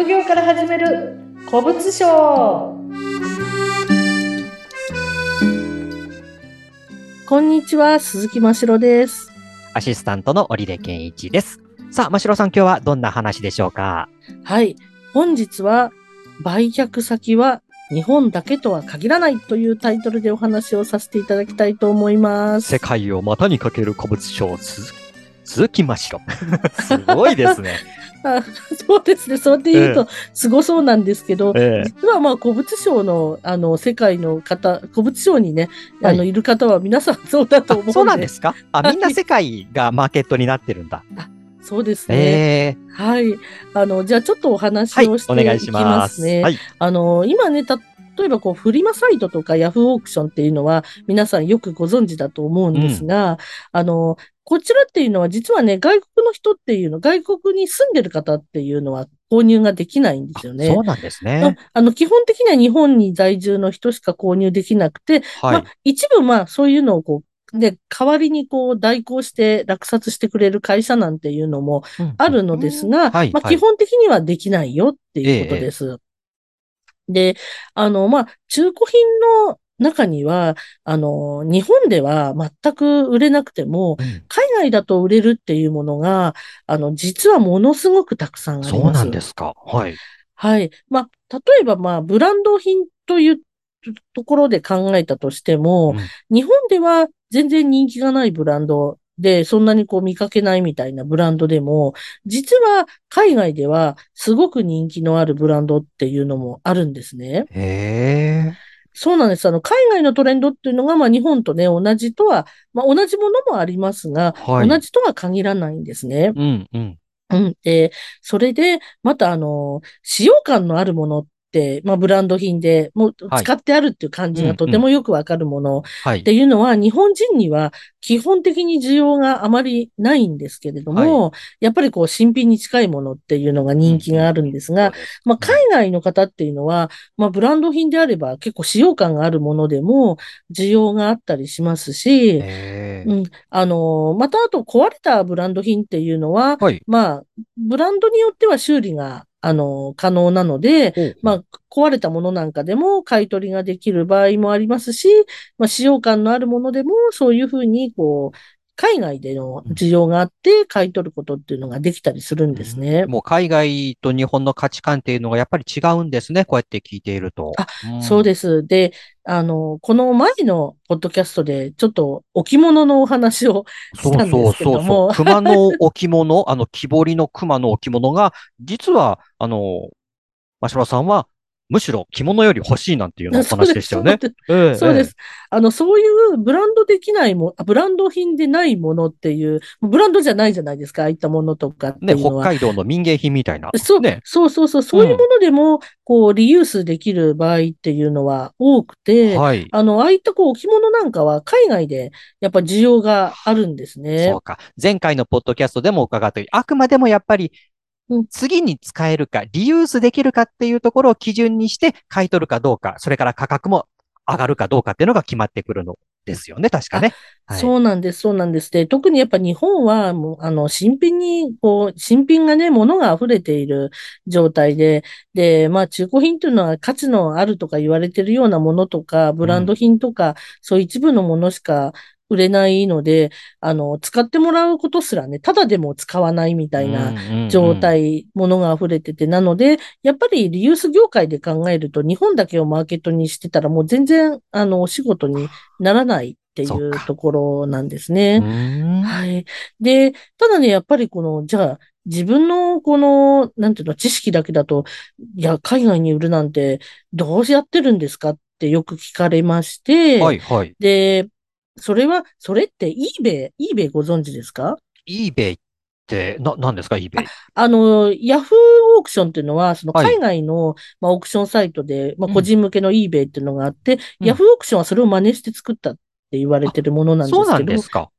副業から始める古物商。こんにちは、鈴木真城です。 アシスタントの織出健一です。さあ、真城さん、今日はどんな話でしょうか？ はい、本日は売却先は日本だけとは限らないというタイトルでお話をさせていただきたいと思います。 世界を股にかける古物商、鈴木真城。すごいですね。 そうですね。そうやって言うとすごそうなんですけど、実は古物商の世界の方、古物商にね、いる方は皆さんそうだと思うんで。 そうなんですか？みんな世界がマーケットになってるんだ。 そうですね。はい。じゃあちょっとお話をしていきますね。はい、今ね、例えばフリマサイトとかヤフーオークションっていうのは皆さんよくご存知だと思うんですが、こちらっていうのは実はね、外国の人っていうの、外国に住んでる方っていうのは購入ができないんですよね。 そうなんですね。 基本的には日本に在住の人しか購入できなくて、はい、一部そういうのをで、代わりに代行して落札してくれる会社なんていうのもあるのですが、基本的にはできないよっていうことです。で、中古品の中には、日本では全く売れなくても、海外だと売れるっていうものが、実はものすごくたくさんあります。 そうなんですか。はい。 はい。例えばブランド品というところで考えたとしても、日本では全然人気がないブランドで、そんなに見かけないみたいなブランドでも、実は海外ではすごく人気のあるブランドっていうのもあるんですね。そうなんです。海外のトレンドっていうのが、日本とね、同じとは、同じものもありますが、同じとは限らないんですね。で、それで、また使用感のあるものって、ブランド品で、もう使ってあるっていう感じがとてもよくわかるものっていうのは、日本人には基本的に需要があまりないんですけれども、やっぱり新品に近いものっていうのが人気があるんですが、海外の方っていうのは、ブランド品であれば結構使用感があるものでも需要があったりしますし、またあと壊れたブランド品っていうのは、ブランドによっては修理が、可能なので、壊れたものなんかでも買い取りができる場合もありますし、使用感のあるものでも、そういうふうに、海外での需要があって買い取ることっていうのができたりするんですね。 もう海外と日本の価値観っていうのがやっぱり違うんですね。こうやって聞いていると。 そうです。で、この前のポッドキャストでちょっと置物のお話をしたんですけども。 熊の置物、木彫りの熊の置物が、実は、真城さんは、むしろ着物より欲しいなんていうようなお話でしたよね。 そうです。そういうブランドできないブランド品でないものっていう、ブランドじゃないじゃないですか、ああいったものとかっていうのは。 北海道の民芸品みたいな。 そういうものでも、リユースできる場合っていうのは多くて、ああいった置物なんかは海外でやっぱ需要があるんですね。 そうか。前回のポッドキャストでも伺ったように、あくまでもやっぱり次に使えるか、リユースできるかっていうところを基準にして買い取るかどうか、それから価格も上がるかどうかっていうのが決まってくるのですよね、確かね。 そうなんです、そうなんです。で、特にやっぱ日本は、もう、新品に、新品がね、物が溢れている状態で、で、中古品というのは価値のあるとか言われているようなものとか、ブランド品とか、そういう一部のものしか売れないので、使ってもらうことすらね、ただでも使わないみたいな状態、ものが溢れてて、なので、やっぱりリユース業界で考えると、日本だけをマーケットにしてたら、もう全然、お仕事にならないっていうところなんですね。はい。で、ただね、やっぱりじゃあ、自分のなんていうの、知識だけだと、いや、海外に売るなんて、どうやってるんですかってよく聞かれまして、で、それって eBay ご存知ですか？ eBay って、何ですか eBay？ ヤフーオークションっていうのは、その海外の、オークションサイトで、個人向けの eBay っていうのがあって、ヤフーオークションはそれを真似して作ったって言われてるものなんですけど、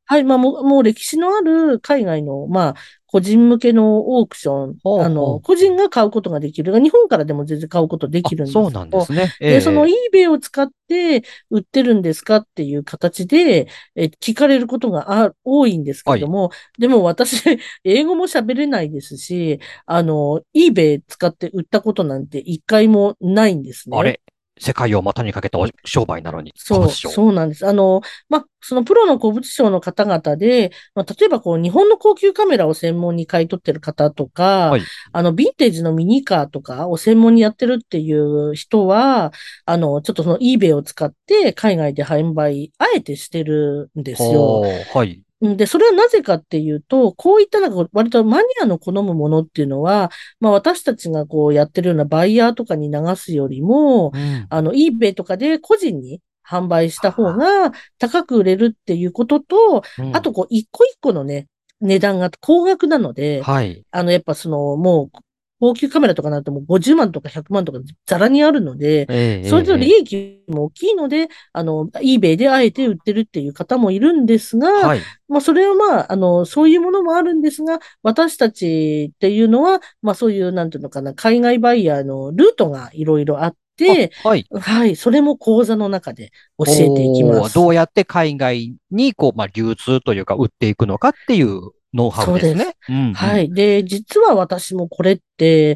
はい、まあもう歴史のある海外の、まあ、個人向けのオークション、 ほうほう。 個人が買うことができるが、日本からでも全然買うことであ、 きるんでそうすよ。 なんですね。ええ、 で、そのええ。 eBay を使って売ってるんですかっていう形で、聞かれることが多いんですけはい。 れども、でも私、英語も喋れないですし、eBay 使って売ったことなんて一回もないんですね。 あれ、世界を股にかけた商売なのに、古物そう、 商。 そうなんです。まあ、そのプロの古物商の方々で、まあ、例えばこう、日本の高級カメラを専門に買い取ってる方とか、 はい。 ヴィンテージのミニカーとかを専門にやってるっていう人は、ちょっとその eBay を使って海外で販売、あえてしてるんですよ。 ほう、はい。 で、それはなぜかっていうと、こういったなんか割とマニアの好むものっていうのは、まあ私たちがこうやってるようなバイヤーとかに流すよりも、 うん。 eBay とかで個人に販売した方あが高く売れるっていうことと、 ー、うん。 あとこう一個一個のね、値段が高額なので、 はい。 やっぱそのもう高級カメラとかになるともう50万とか100万とかざらにあるので、 ええ、 それと利ええ、ええ。 益も大きいので、eBay であえて売ってるっていう方もいるんですが、 はい。 まあ、それはまあ、そういうものもあるんですが、私たちっていうのは、まあ、そういう、なんていうのかな、海外バイヤーのルートがいろいろあっあ、 て、 はい。 はい、それも講座の中で教えていきまおー、どす。 うやって海外に、こう、まあ、流通というか、売っていくのかっていうノウハウですね。 そうです。 うん、うん。 はい。で、実は私もこれって、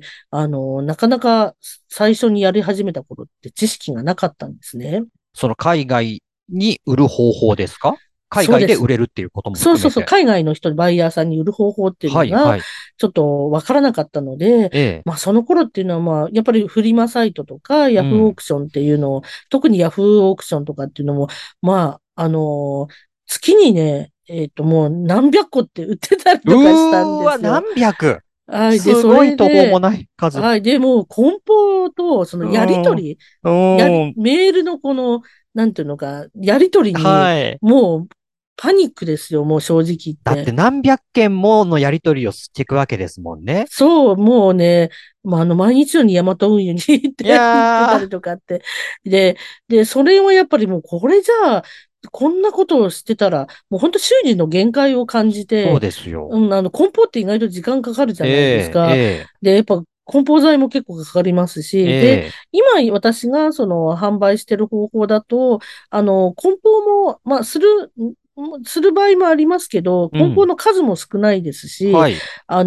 なかなか最初にやり始めた頃って知識がなかったんですね。 その海外に売る方法ですか？海外で売そうです。 れるっていうこともそうそうそう、 含めて。 海外の人、バイヤーさんに売る方法っていうはい、 のが、 はい。 ちょっとわからなかったので、 ええ、 まあその頃っていうのはまあ、やっぱりフリマサイトとか、ヤフーオーうん。 クションっていうのを、特にヤフーオークションとかっていうのも、まあ、月にね、もう何百個って売ってたりうとかしたんーわ、 ですよ。 何百。 はい。で、 すそごい途方もれで、 ない数。 はい。で、もう梱包と、そのうやりとーん、うり、 ーん。 メールのこの、なんていうのか、やりとりに、 はい。 もう、パニックですよ、もう正直言っだってて。 何百件ものやり取りをしていくわけですもんね。 そう、もうね、まあ、毎日のようにヤマト運輸にい行ってたりやー、 とかって。で、それはやっぱりもうこれじゃあ、こんなことをしてたら、もう本当修理の限界を感じそうて、 ですよ。 うん、梱包って意外と時間かかるじゃないですええ、えか。 え、 で、やっぱ梱包材も結構かかりますし、で、 ええ、 今私がその販売してる方法だと、梱包も、まあ、する場合もありますけど、梱包うん。 の数も少ないですし、 はい。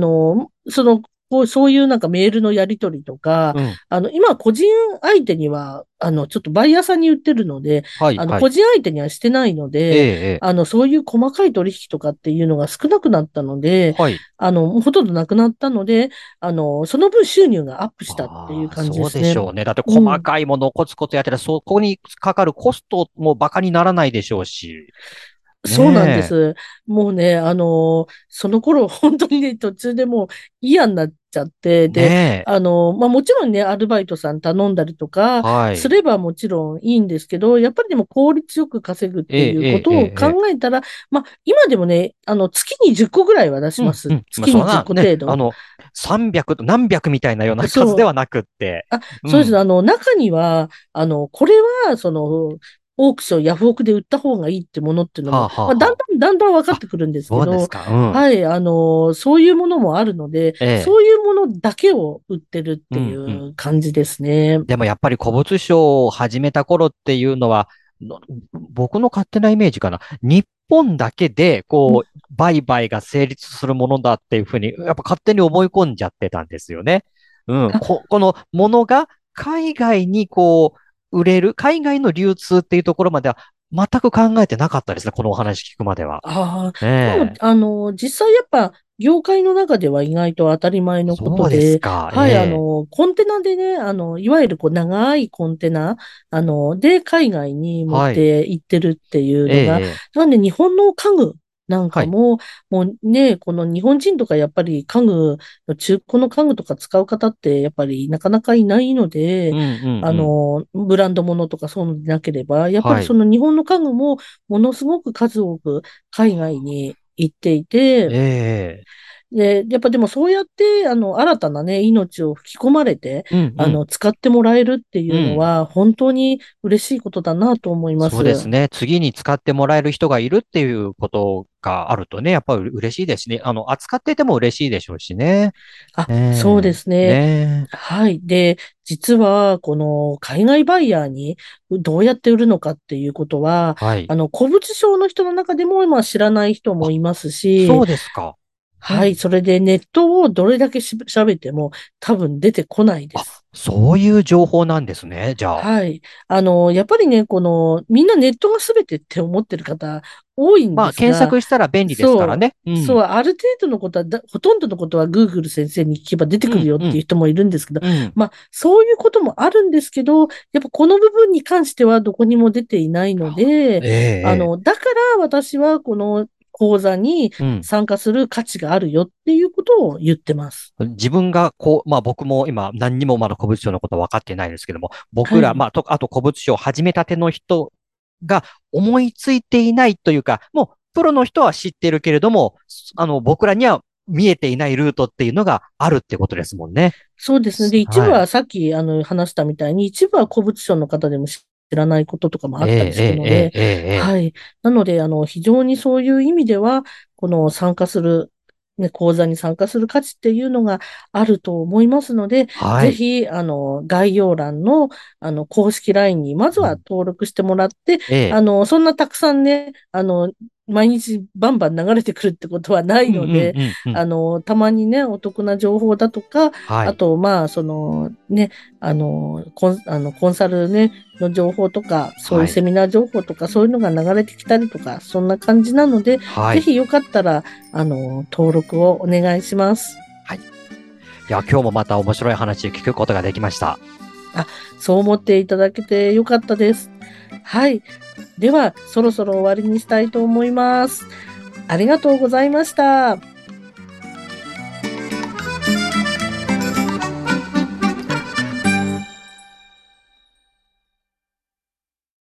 そういうなんかメールのやり取りとか、 うん。 今個人相手には、ちょっとバイヤーさんに売ってるので、 はい、はい。 個人相手にはしてないのええ、 で、 ええ。 そういう細かい取引とかっていうのが少なくなったので、 はい。 もうほとんどなくなったので、その分収入がアップしたっていうああ、 感じでそうすね。 でしょうね。だって細うん。 かいものをコツコツやってたら、そこにかかるコストもバカにならないでしょうし。 そうなんでねす。もうね、その頃、本当にね、途中でもう嫌になっちゃって、 え。 で、 ねえ。 まあもちろんね、アルバイトさん頼んだりとか、 はい。 すればもちろんいいんですけど、やっぱりでも効率よく稼ぐっええ、 ていうこええ、えとを考え。ええ。 えたら、まあ今でもね、月に10個ぐらいは出しうん、うます。 ん。まあ、 月に10 そんなね、 個程度。 300、何百みたいなような数そう。 ではなくって。 あ、そうです。 うん。 中には、これは、その、オークション、ヤフオクで売った方がいいってものっていうのも、 はあ、はあ、 まあ、 はだんだん分かっあ。あ、 てくるんですけど、 そうですか。うん。 はい、そういうものもあるので、 ええ。 そういうものだけを売ってるっていうん、うん。 う感じですね。 でもやっぱり古物商を始めた頃っていうのは、の僕の勝手なイメージかな。日本だけで、こう、売買が成立するものだっていうふうに、やっぱ勝手に思い込んじゃってたんですよね。うん。 あ、 このものが海外にこう、売れる、海外の流通っていうところまでは全く考えてなかったですね。このお話聞くまでは。 ああ、でも、 ええ。 実際やっぱ、業界の中では意外と当たり前のこそうですとで、 か。 はい、 ええ。 コンテナでね、いわゆるこう長いコンテナ、で、海外に持っはい。 て行ってるっていうええ、 のが、 ええ。 なんで日本の家具なんはい。 かも、もうね、この日本人とかやっぱり家具、中古の家具とか使う方ってやっぱりなかなかいないので、 うん、うん、うん。 ブランド物とかそういうのでなければ、やっぱりそはい。 の日本の家具もものすごく数多く海外に行っていて、 ええ。 で、やっぱでもそうやって、新たなね、命を吹き込まれて、 うんうん。 使ってもらえるっていうん。 うのは、本当に嬉しいことだなと思います。 そうですね。次に使ってもらえる人がいるっていうことがあるとね、やっぱり嬉しいですしね。扱ってても嬉しいでしょうしね。 あ、そうでねえ。 すね。 ねえ。 はい。で、実は、この海外バイヤーにどうやって売るのかっていうことは、 はい。 古物商の人の中でも、まあ知らない人もあ、 いますし、 そうですか。うはい。 ん。 それでネットをどれだけ調べても多分出てこないであ、 す。 そういう情報なんですね。じゃあ。 はい。やっぱりね、みんなネットが全てって思ってる方多いんまあ、 ですが、 検索したら便利ですからそう、 ね。うん。 ある程度のことはほとんどのことは Google 先生に聞けば出てくるうん、うん、 よっていう人もいるんですけど、 うん。 まあ、そういうこともあるんですけど、やっぱこの部分に関してはどこにも出ていないので、 ええ、えだから私はこの講座にえ。うん。 参加する価値があるよっていうことを言ってます。 自分がまあ僕も今何にもまだ古物商のこと分かってないですけども、僕ら、 はい。 まあ、あと古物商を始めたての人が思いついていないというか、もうプロの人は知ってるけれども、僕らには見えていないルートっていうのがあるってことですもんね。 そうですね。で、一部はい。 はさっき話したみたいに、一部は古物商の方でも知らないこととかもあええ、 ったりするええ、 ので、 ええ、ええ。 はい。なので、非常にそういう意味では、この参加する、ね、講座に参加する価値っていうのがあると思いますので、 はい。 ぜひ、概要欄の、公式 LINE にまずはうん。 登録してもらって、 ええ。 そんなたくさんね、毎日バンバン流れてくるってことはないうんうんので、 うんうん。 たまにね、お得な情報だとか、 はい。 あと、まあ、コンサルね、の情報とか、そういうはい。 セミナー情報とか、そういうのが流れてきたりとか、そんな感じなので、 はい。 ぜひよかったら、登録をお願いします。 はい。いや、今日もまた面白い話を聞くことができました。 あ、そう思っていただけてよかったです。はい。では、そろそろ終わりにしたいと思います。ありがとうございました。